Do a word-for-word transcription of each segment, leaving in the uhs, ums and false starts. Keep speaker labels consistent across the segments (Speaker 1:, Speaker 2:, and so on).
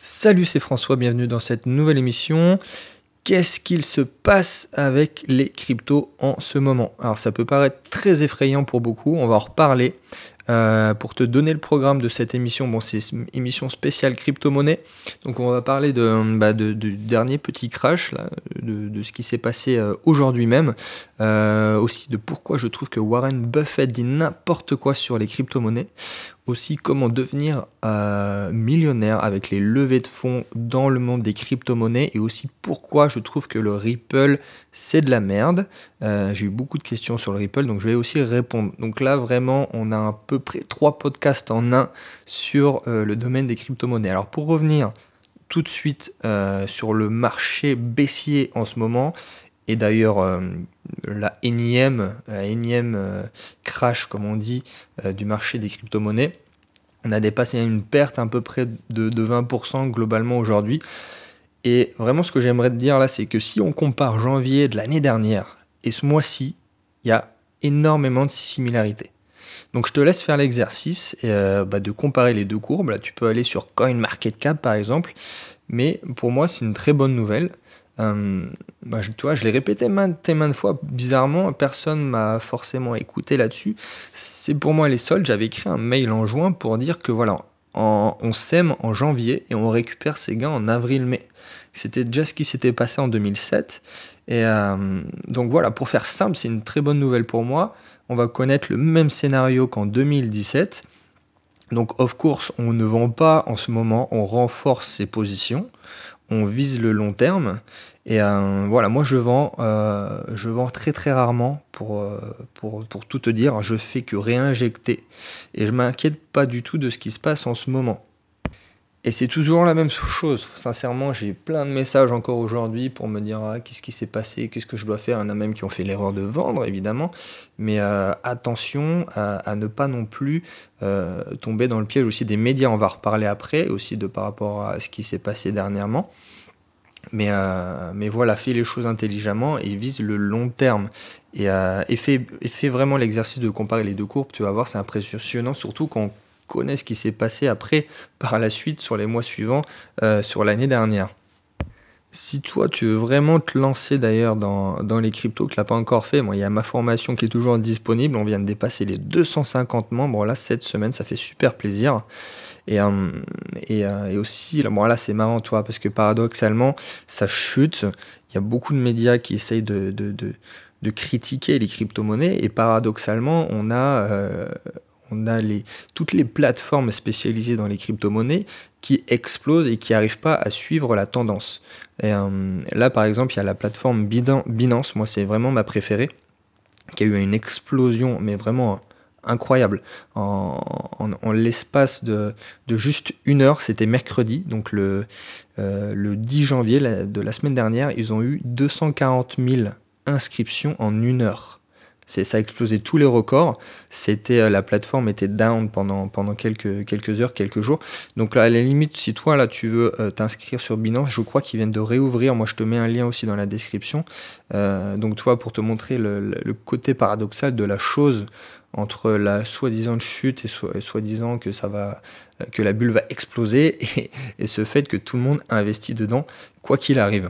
Speaker 1: Salut, c'est François, bienvenue dans cette nouvelle émission. Qu'est-ce qu'il se passe avec les cryptos en ce moment? Alors ça peut paraître très effrayant pour beaucoup, on va en reparler. Euh, pour te donner le programme de cette émission, bon, c'est une émission spéciale crypto-monnaie. Donc on va parler de, bah, de, du dernier petit crash, là, de, de ce qui s'est passé euh, aujourd'hui même. Euh, aussi de pourquoi je trouve que Warren Buffett dit n'importe quoi sur les crypto-monnaies. Aussi comment devenir euh, millionnaire avec les levées de fonds dans le monde des crypto-monnaies. Et aussi pourquoi je trouve que le Ripple c'est de la merde. Euh, j'ai eu beaucoup de questions sur le Ripple, donc je vais aussi répondre. Donc là vraiment on a à peu près trois podcasts en un sur euh, le domaine des crypto-monnaies. Alors pour revenir tout de suite euh, sur le marché baissier en ce moment, et d'ailleurs euh, la énième, la énième euh, crash, comme on dit, euh, du marché des crypto-monnaies, on a dépassé une perte à peu près de, de vingt pour cent globalement aujourd'hui. Et vraiment ce que j'aimerais te dire là, c'est que si on compare janvier de l'année dernière et ce mois-ci, il y a énormément de similarités. Donc je te laisse faire l'exercice euh, bah, de comparer les deux courbes. Là tu peux aller sur CoinMarketCap par exemple, mais pour moi c'est une très bonne nouvelle. Euh, bah, je, tu vois, je l'ai répété maintes et maintes fois, bizarrement, personne m'a forcément écouté là-dessus. C'est pour moi les soldes, j'avais écrit un mail en juin pour dire que voilà, en, on sème en janvier et on récupère ses gains en avril-mai. C'était déjà ce qui s'était passé en deux mille sept. Et euh, donc voilà, pour faire simple, c'est une très bonne nouvelle pour moi. On va connaître le même scénario qu'en deux mille dix-sept. Donc of course, on ne vend pas en ce moment, on renforce ses positions, on vise le long terme. Et euh, voilà, moi je vends, euh, je vends très très rarement pour, euh, pour, pour tout te dire, je fais que réinjecter. Et je m'inquiète pas du tout de ce qui se passe en ce moment. Et c'est toujours la même chose. Sincèrement, j'ai plein de messages encore aujourd'hui pour me dire ah, qu'est-ce qui s'est passé, qu'est-ce que je dois faire. Il y en a même qui ont fait l'erreur de vendre, évidemment. Mais euh, attention à, à ne pas non plus euh, tomber dans le piège aussi des médias. On va reparler après, aussi de par rapport à ce qui s'est passé dernièrement. Mais, euh, mais voilà, fais les choses intelligemment et vise le long terme. Et, euh, et, fais, et fais vraiment l'exercice de comparer les deux courbes. Tu vas voir, c'est impressionnant, surtout quand connaît ce qui s'est passé après, par la suite, sur les mois suivants, euh, sur l'année dernière. Si toi, tu veux vraiment te lancer d'ailleurs dans, dans les cryptos, que tu n'as pas encore fait, moi, il y a ma formation qui est toujours disponible. On vient de dépasser les deux cent cinquante membres là cette semaine, ça fait super plaisir. Et, euh, et, euh, et aussi, là, bon, là c'est marrant, toi, parce que paradoxalement, ça chute. Il y a beaucoup de médias qui essayent de, de, de, de critiquer les crypto-monnaies. Et paradoxalement, on a... Euh, On a les, toutes les plateformes spécialisées dans les crypto-monnaies qui explosent et qui n'arrivent pas à suivre la tendance. Et, euh, là, par exemple, il y a la plateforme Binance, moi c'est vraiment ma préférée, qui a eu une explosion, mais vraiment incroyable. En, en, en l'espace de, de juste une heure, c'était mercredi, donc le, euh, le dix janvier la, de la semaine dernière, ils ont eu deux cent quarante mille inscriptions en une heure. C'est, ça a explosé tous les records. C'était, euh, la plateforme était down pendant, pendant quelques, quelques heures, quelques jours. Donc là, à la limite, si toi, là, tu veux euh, t'inscrire sur Binance, je crois qu'ils viennent de réouvrir. Moi, je te mets un lien aussi dans la description. Euh, donc, toi, pour te montrer le, le côté paradoxal de la chose entre la soi-disant chute et, so, et soi-disant que, ça va, euh, que la bulle va exploser et, et ce fait que tout le monde investit dedans, quoi qu'il arrive.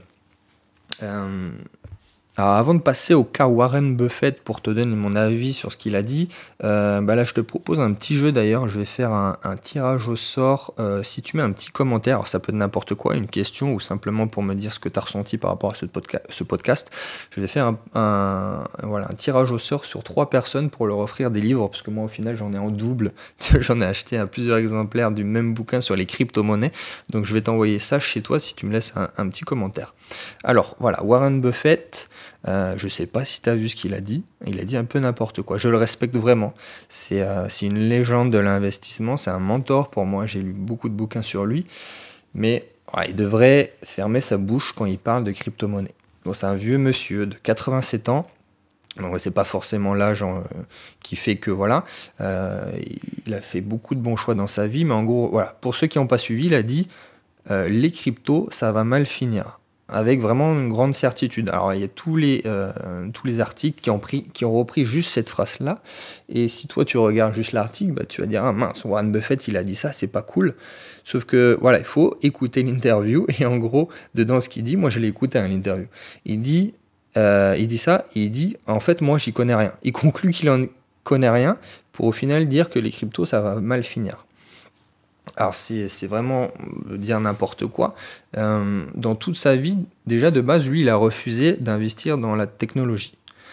Speaker 1: Euh... Alors avant de passer au cas Warren Buffett pour te donner mon avis sur ce qu'il a dit, euh, bah là je te propose un petit jeu d'ailleurs, je vais faire un, un tirage au sort. Euh, si tu mets un petit commentaire, alors ça peut être n'importe quoi, une question ou simplement pour me dire ce que tu as ressenti par rapport à ce, podca- ce podcast, je vais faire un, un, voilà, un tirage au sort sur trois personnes pour leur offrir des livres, parce que moi au final j'en ai en double, j'en ai acheté à plusieurs exemplaires du même bouquin sur les crypto-monnaies, donc je vais t'envoyer ça chez toi si tu me laisses un, un petit commentaire. Alors voilà, Warren Buffett... Euh, je sais pas si tu as vu ce qu'il a dit, il a dit un peu n'importe quoi, je le respecte vraiment, c'est, euh, c'est une légende de l'investissement, c'est un mentor pour moi, j'ai lu beaucoup de bouquins sur lui, mais ouais, il devrait fermer sa bouche quand il parle de crypto-monnaie. Donc c'est un vieux monsieur de quatre-vingt-sept ans, donc c'est pas forcément l'âge euh, qui fait que voilà, euh, il a fait beaucoup de bons choix dans sa vie, mais en gros, voilà, pour ceux qui n'ont pas suivi, il a dit euh, les cryptos, ça va mal finir. avec vraiment une grande certitude. Alors il y a tous les, euh, tous les articles qui ont, pris, qui ont repris juste cette phrase-là, et si toi tu regardes juste l'article, bah, tu vas dire « Ah mince, Warren Buffett il a dit ça, c'est pas cool ». Sauf que voilà, il faut écouter l'interview, et en gros, dedans ce qu'il dit, moi je l'ai écouté hein, l'interview, il dit, euh, il dit ça, et il dit « En fait moi j'y connais rien ». Il conclut qu'il en connaît rien, pour au final dire que les cryptos ça va mal finir. Alors c'est, c'est vraiment dire n'importe quoi. Euh, dans toute sa vie, déjà de base, lui, il a refusé d'investir dans la technologie.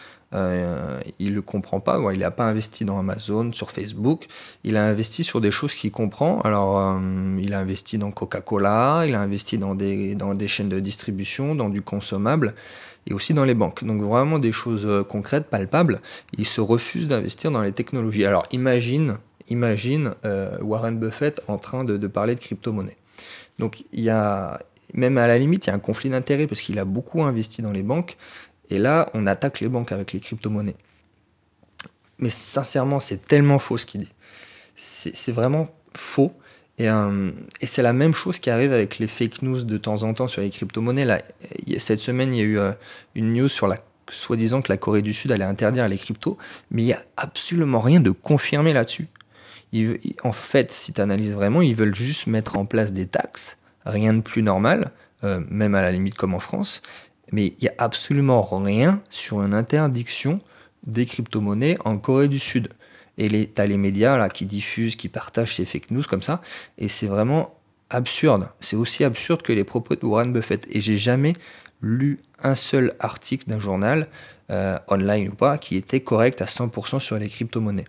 Speaker 1: Euh, il ne le comprend pas, ouais, il n'a pas investi dans Amazon, sur Facebook, il a investi sur des choses qu'il comprend. Alors, euh, il a investi dans Coca-Cola, il a investi dans des, dans des chaînes de distribution, dans du consommable, et aussi dans les banques. Donc vraiment des choses concrètes, palpables. Il se refuse d'investir dans les technologies. Alors imagine... Imagine euh, Warren Buffett en train de, de parler de crypto-monnaie. Donc, il y a, même à la limite, il y a un conflit d'intérêts parce qu'il a beaucoup investi dans les banques. Et là, on attaque les banques avec les crypto-monnaies. Mais sincèrement, c'est tellement faux ce qu'il dit. C'est, c'est vraiment faux. Et, euh, et c'est la même chose qui arrive avec les fake news de temps en temps sur les crypto-monnaies. Là, cette semaine, il y a eu euh, une news sur la soi-disant que la Corée du Sud allait interdire les cryptos. Mais il n'y a absolument rien de confirmé là-dessus. Ils, en fait, si tu analyses vraiment, ils veulent juste mettre en place des taxes, rien de plus normal, euh, même à la limite comme en France, mais il n'y a absolument rien sur une interdiction des crypto-monnaies en Corée du Sud. Et tu as les médias là, qui diffusent, qui partagent ces fake news comme ça, et c'est vraiment absurde. C'est aussi absurde que les propos de Warren Buffett. Et j'ai jamais lu un seul article d'un journal, euh, online ou pas, qui était correct à cent pour cent sur les crypto-monnaies.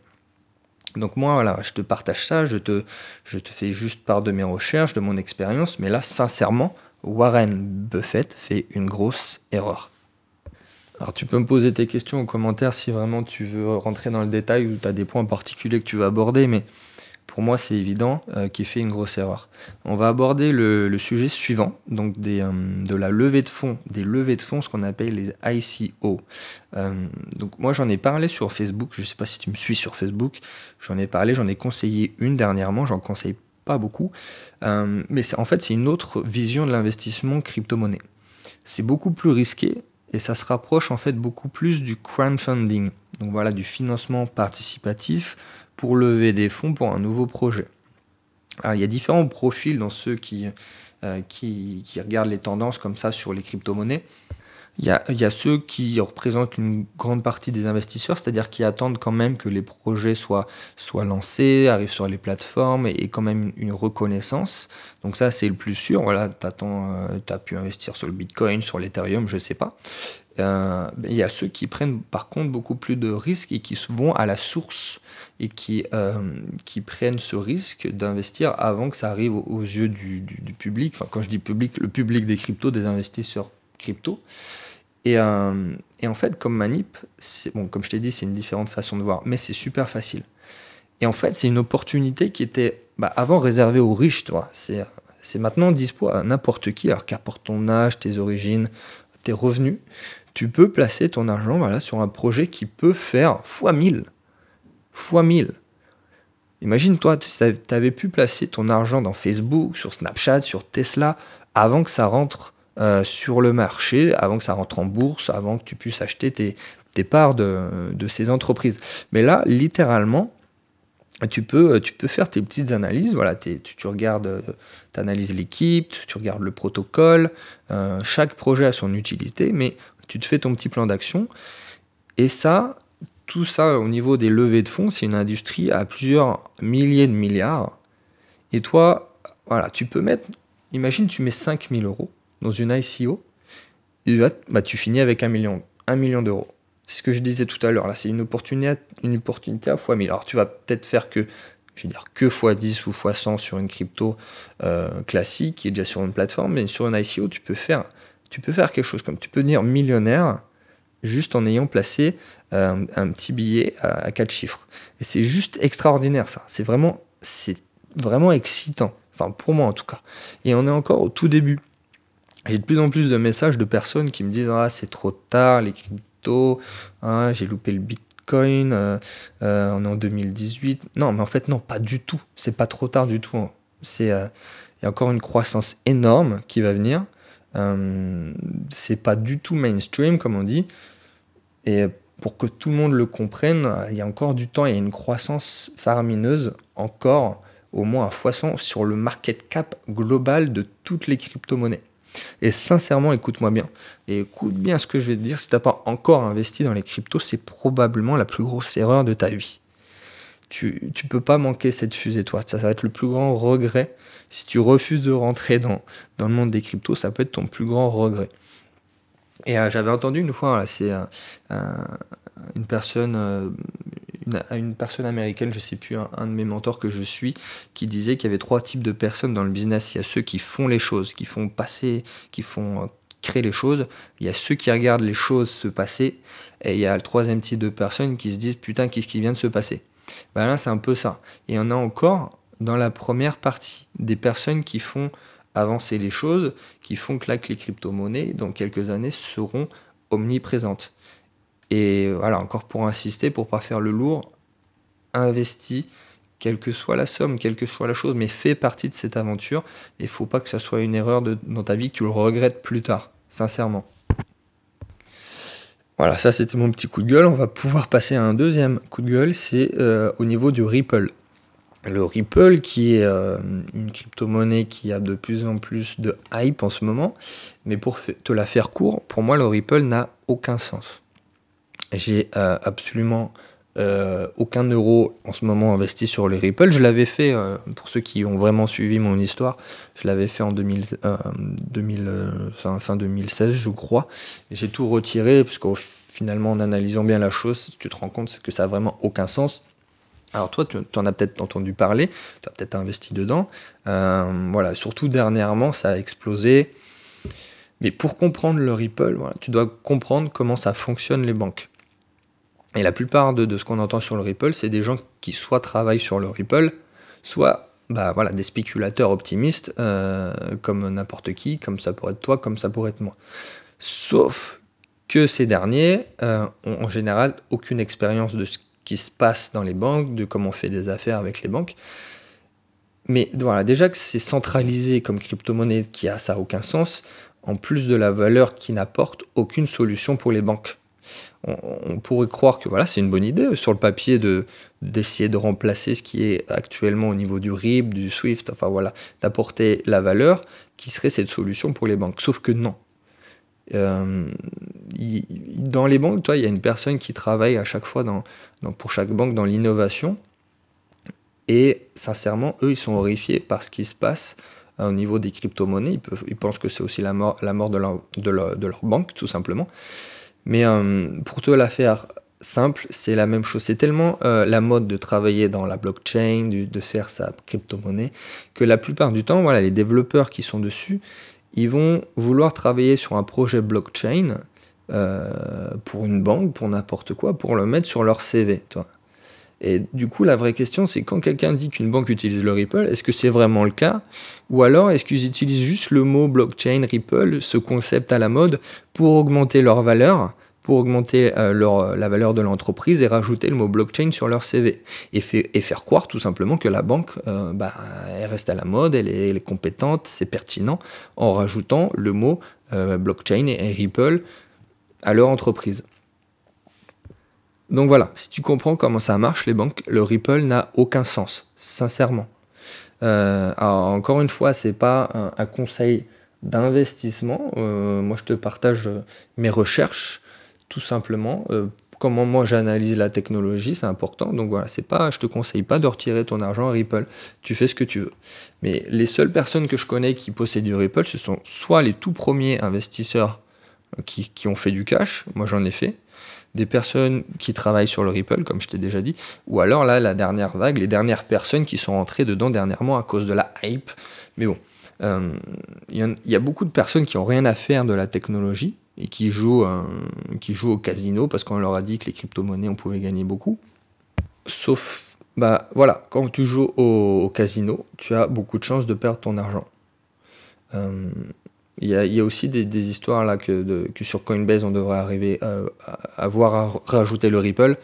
Speaker 1: Donc moi, voilà, je te partage ça, je te, je te fais juste part de mes recherches, de mon expérience, mais là, sincèrement, Warren Buffett fait une grosse erreur. Alors tu peux me poser tes questions en commentaire si vraiment tu veux rentrer dans le détail ou tu as des points particuliers que tu veux aborder, mais pour moi c'est évident euh, qu'il fait une grosse erreur. On va aborder le, le sujet suivant, donc des, euh, de la levée de fonds, des levées de fonds, ce qu'on appelle les I C O. Euh, donc moi j'en ai parlé sur Facebook, je ne sais pas si tu me suis sur Facebook, j'en ai parlé, j'en ai conseillé une dernièrement, j'en conseille pas beaucoup, euh, mais c'est, en fait c'est une autre vision de l'investissement crypto-monnaie. C'est beaucoup plus risqué et ça se rapproche en fait beaucoup plus du crowdfunding, donc voilà, du financement participatif pour lever des fonds pour un nouveau projet. Alors, il y a différents profils dans ceux qui, euh, qui, qui regardent les tendances comme ça sur les crypto-monnaies. Il y a, il y a ceux qui représentent une grande partie des investisseurs, c'est-à-dire qui attendent quand même que les projets soient, soient lancés, arrivent sur les plateformes et, et quand même une, une reconnaissance. Donc ça, c'est le plus sûr. Voilà, t'attends, euh, t'as pu investir sur le Bitcoin, sur l'Ethereum, je sais pas. Euh, il y a ceux qui prennent par contre beaucoup plus de risques et qui vont à la source et qui, euh, qui prennent ce risque d'investir avant que ça arrive aux, aux yeux du, du, du public. Enfin, quand je dis public, le public des cryptos, des investisseurs crypto. Et, euh, et en fait, comme manip, c'est, bon, comme je t'ai dit, c'est une différente façon de voir, mais c'est super facile. Et en fait, c'est une opportunité qui était bah, avant réservée aux riches, toi. C'est, c'est maintenant dispo à n'importe qui, alors qu'importe ton âge, tes origines, tes revenus. Tu peux placer ton argent voilà, sur un projet qui peut faire fois mille. Fois mille. Imagine, toi, tu avais pu placer ton argent dans Facebook, sur Snapchat, sur Tesla, avant que ça rentre euh, sur le marché, avant que ça rentre en bourse, avant que tu puisses acheter tes, tes parts de, de ces entreprises. Mais là, littéralement, tu peux, tu peux faire tes petites analyses. Voilà, tu, tu regardes, tu analyses l'équipe, tu regardes le protocole. Euh, chaque projet a son utilité, mais tu te fais ton petit plan d'action. Et ça, tout ça au niveau des levées de fonds, c'est une industrie à plusieurs milliers de milliards. Et toi, voilà, tu peux mettre, imagine, tu mets cinq mille euros dans une I C O, et bah, tu finis avec un million, un million d'euros. C'est ce que je disais tout à l'heure, là, c'est une opportunité, une opportunité à fois mille. Alors tu vas peut-être faire que, je vais dire, que fois dix ou fois cent sur une crypto euh, classique, qui est déjà sur une plateforme, mais sur une I C O, tu peux faire, tu peux faire quelque chose comme, tu peux devenir millionnaire juste en ayant placé euh, un petit billet à, à quatre chiffres. Et c'est juste extraordinaire ça, c'est vraiment, c'est vraiment excitant, enfin pour moi en tout cas. Et on est encore au tout début. J'ai de plus en plus de messages de personnes qui me disent « Ah, c'est trop tard, les cryptos, ah, j'ai loupé le Bitcoin, euh, euh, on est en deux mille dix-huit. » Non, mais en fait, non, pas du tout. C'est pas trop tard du tout. Hein. C'est, euh, y a encore une croissance énorme qui va venir. Euh, c'est pas du tout mainstream, comme on dit. Et pour que tout le monde le comprenne, il y a encore du temps, il y a une croissance faramineuse, encore au moins un fois cent sur le market cap global de toutes les crypto-monnaies. Et sincèrement, écoute-moi bien. Et écoute bien ce que je vais te dire. Si tu n'as pas encore investi dans les cryptos, c'est probablement la plus grosse erreur de ta vie. Tu ne peux pas manquer cette fusée, toi. Ça, ça va être le plus grand regret. Si tu refuses de rentrer dans, dans le monde des cryptos, ça peut être ton plus grand regret. Et euh, j'avais entendu une fois, là, c'est euh, un, une personne, euh, une, une personne américaine, je sais plus, un, un de mes mentors que je suis, qui disait qu'il y avait trois types de personnes dans le business. Il y a ceux qui font les choses, qui font passer, qui font euh, créer les choses. Il y a ceux qui regardent les choses se passer. Et il y a le troisième type de personnes qui se disent putain, qu'est-ce qui vient de se passer? Ben là, c'est un peu ça. Et il y en a encore dans la première partie, des personnes qui font avancer les choses, qui font que là, que les crypto-monnaies, dans quelques années, seront omniprésentes. Et voilà, encore pour insister, pour pas faire le lourd, investis, quelle que soit la somme, quelle que soit la chose, mais fais partie de cette aventure. Et il faut pas que ça soit une erreur de, dans ta vie, que tu le regrettes plus tard, sincèrement. Voilà, ça c'était mon petit coup de gueule. On va pouvoir passer à un deuxième coup de gueule, c'est euh, au niveau du Ripple. Le Ripple, qui est euh, une crypto-monnaie qui a de plus en plus de hype en ce moment, mais pour te la faire court, pour moi le Ripple n'a aucun sens. J'ai euh, absolument euh, aucun euro en ce moment investi sur le Ripple. Je l'avais fait, euh, pour ceux qui ont vraiment suivi mon histoire, je l'avais fait en deux mille, euh, deux mille, euh, fin, fin deux mille seize, je crois. Et j'ai tout retiré, parce que finalement, en analysant bien la chose, tu te rends compte que ça n'a vraiment aucun sens. Alors toi, tu en as peut-être entendu parler, tu as peut-être investi dedans. Euh, voilà, surtout dernièrement, ça a explosé. Mais pour comprendre le Ripple, voilà, tu dois comprendre comment ça fonctionne les banques. Et la plupart de, de ce qu'on entend sur le Ripple, c'est des gens qui soit travaillent sur le Ripple, soit bah, voilà, des spéculateurs optimistes, euh, comme n'importe qui, comme ça pourrait être toi, comme ça pourrait être moi. Sauf que ces derniers euh, ont en général aucune expérience de ce qui se passe dans les banques, de comment on fait des affaires avec les banques. Mais voilà, déjà que c'est centralisé comme crypto-monnaie, qui a ça n'a aucun sens, en plus de la valeur qui n'apporte aucune solution pour les banques. On, on pourrait croire que voilà, c'est une bonne idée sur le papier de, d'essayer de remplacer ce qui est actuellement au niveau du R I B, du Swift, enfin voilà, d'apporter la valeur qui serait cette solution pour les banques. Sauf que non. Euh, y, dans les banques, toi, il y a une personne qui travaille à chaque fois dans, dans, pour chaque banque dans l'innovation. Et sincèrement, eux, ils sont horrifiés par ce qui se passe euh, au niveau des crypto-monnaies. Ils, peuvent, ils pensent que c'est aussi la mort, la mort de, leur, de, leur, de leur banque, tout simplement. Mais euh, pour te la faire simple, c'est la même chose. C'est tellement euh, la mode de travailler dans la blockchain, de, de faire sa crypto-monnaie, que la plupart du temps, voilà, les développeurs qui sont dessus, ils vont vouloir travailler sur un projet blockchain euh, pour une banque, pour n'importe quoi, pour le mettre sur leur C V. Toi. Et du coup, la vraie question, c'est quand quelqu'un dit qu'une banque utilise le Ripple, est-ce que c'est vraiment le cas? Ou alors, est-ce qu'ils utilisent juste le mot blockchain, Ripple, ce concept à la mode, pour augmenter leur valeur, pour augmenter euh, leur, la valeur de l'entreprise et rajouter le mot blockchain sur leur C V et, fait, et faire croire tout simplement que la banque, euh, bah, elle reste à la mode, elle est, elle est compétente, c'est pertinent, en rajoutant le mot euh, blockchain et, et Ripple à leur entreprise. Donc voilà, si tu comprends comment ça marche, les banques, le Ripple n'a aucun sens, sincèrement. Euh, alors, encore une fois, c'est pas un, un conseil d'investissement. Euh, moi, je te partage mes recherches, tout simplement. Euh, comment moi j'analyse la technologie, c'est important. Donc voilà, c'est pas, je te conseille pas de retirer ton argent à Ripple. Tu fais ce que tu veux. Mais les seules personnes que je connais qui possèdent du Ripple, ce sont soit les tout premiers investisseurs qui, qui ont fait du cash. Moi, j'en ai fait. Des personnes qui travaillent sur le Ripple, comme je t'ai déjà dit, ou alors là, la dernière vague, les dernières personnes qui sont rentrées dedans dernièrement à cause de la hype. Mais bon, il euh, y, y a beaucoup de personnes qui n'ont rien à faire de la technologie et qui jouent, euh, qui jouent au casino parce qu'on leur a dit que les crypto-monnaies, on pouvait gagner beaucoup. Sauf, bah voilà, quand tu joues au, au casino, tu as beaucoup de chances de perdre ton argent. Euh, Il y, a, il y a aussi des, des histoires là que, de, que sur Coinbase on devrait arriver à, à, à voir à rajouter le Ripple.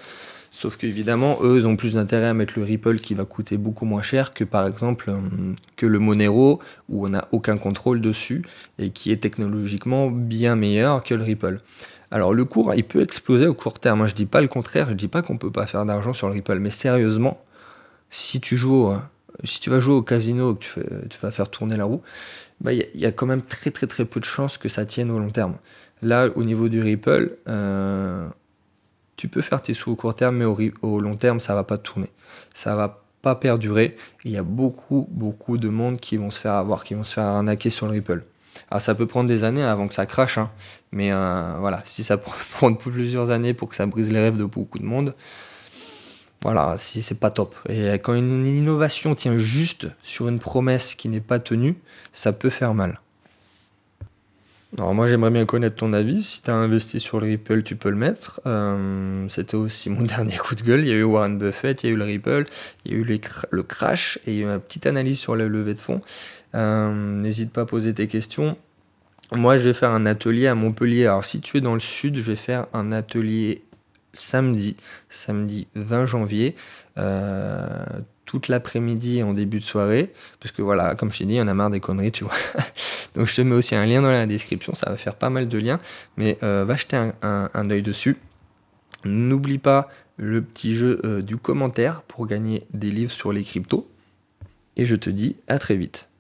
Speaker 1: Sauf qu'évidemment, eux, ils ont plus d'intérêt à mettre le Ripple qui va coûter beaucoup moins cher que par exemple euh, que le Monero où on n'a aucun contrôle dessus et qui est technologiquement bien meilleur que le Ripple. Alors le cours, il peut exploser au court terme. Moi, je dis pas le contraire, je dis pas qu'on peut pas faire d'argent sur le Ripple, mais sérieusement, si tu joues, au- si tu vas jouer au casino, que tu, fais, tu vas faire tourner la roue, bah, il y, a- y a quand même très très très peu de chances que ça tienne au long terme. Là, au niveau du Ripple, euh, tu peux faire tes sous au court terme, mais au, ri- au long terme, ça va pas tourner. Ça va pas perdurer. Il y a beaucoup, beaucoup de monde qui vont se faire avoir, qui vont se faire arnaquer sur le Ripple. Alors ça peut prendre des années avant que ça crache, hein, mais euh, voilà, si ça peut prendre plusieurs années pour que ça brise les rêves de beaucoup de monde, voilà, si c'est pas top. Et quand une innovation tient juste sur une promesse qui n'est pas tenue, ça peut faire mal. Alors moi j'aimerais bien connaître ton avis. Si tu as investi sur le Ripple, tu peux le mettre. Euh, c'était aussi mon dernier coup de gueule. Il y a eu Warren Buffett, il y a eu le Ripple, il y a eu les cr- le crash et il y a eu une petite analyse sur la levée de fonds. Euh, n'hésite pas à poser tes questions. Moi je vais faire un atelier à Montpellier. Alors si tu es dans le sud, je vais faire un atelier samedi, samedi vingt janvier. Euh, toute l'après-midi et en début de soirée, parce que voilà, comme je t'ai dit, il y en a marre des conneries, tu vois. Donc je te mets aussi un lien dans la description, ça va faire pas mal de liens, mais euh, va jeter un, un, un œil dessus. N'oublie pas le petit jeu euh, du commentaire pour gagner des livres sur les cryptos, et je te dis à très vite.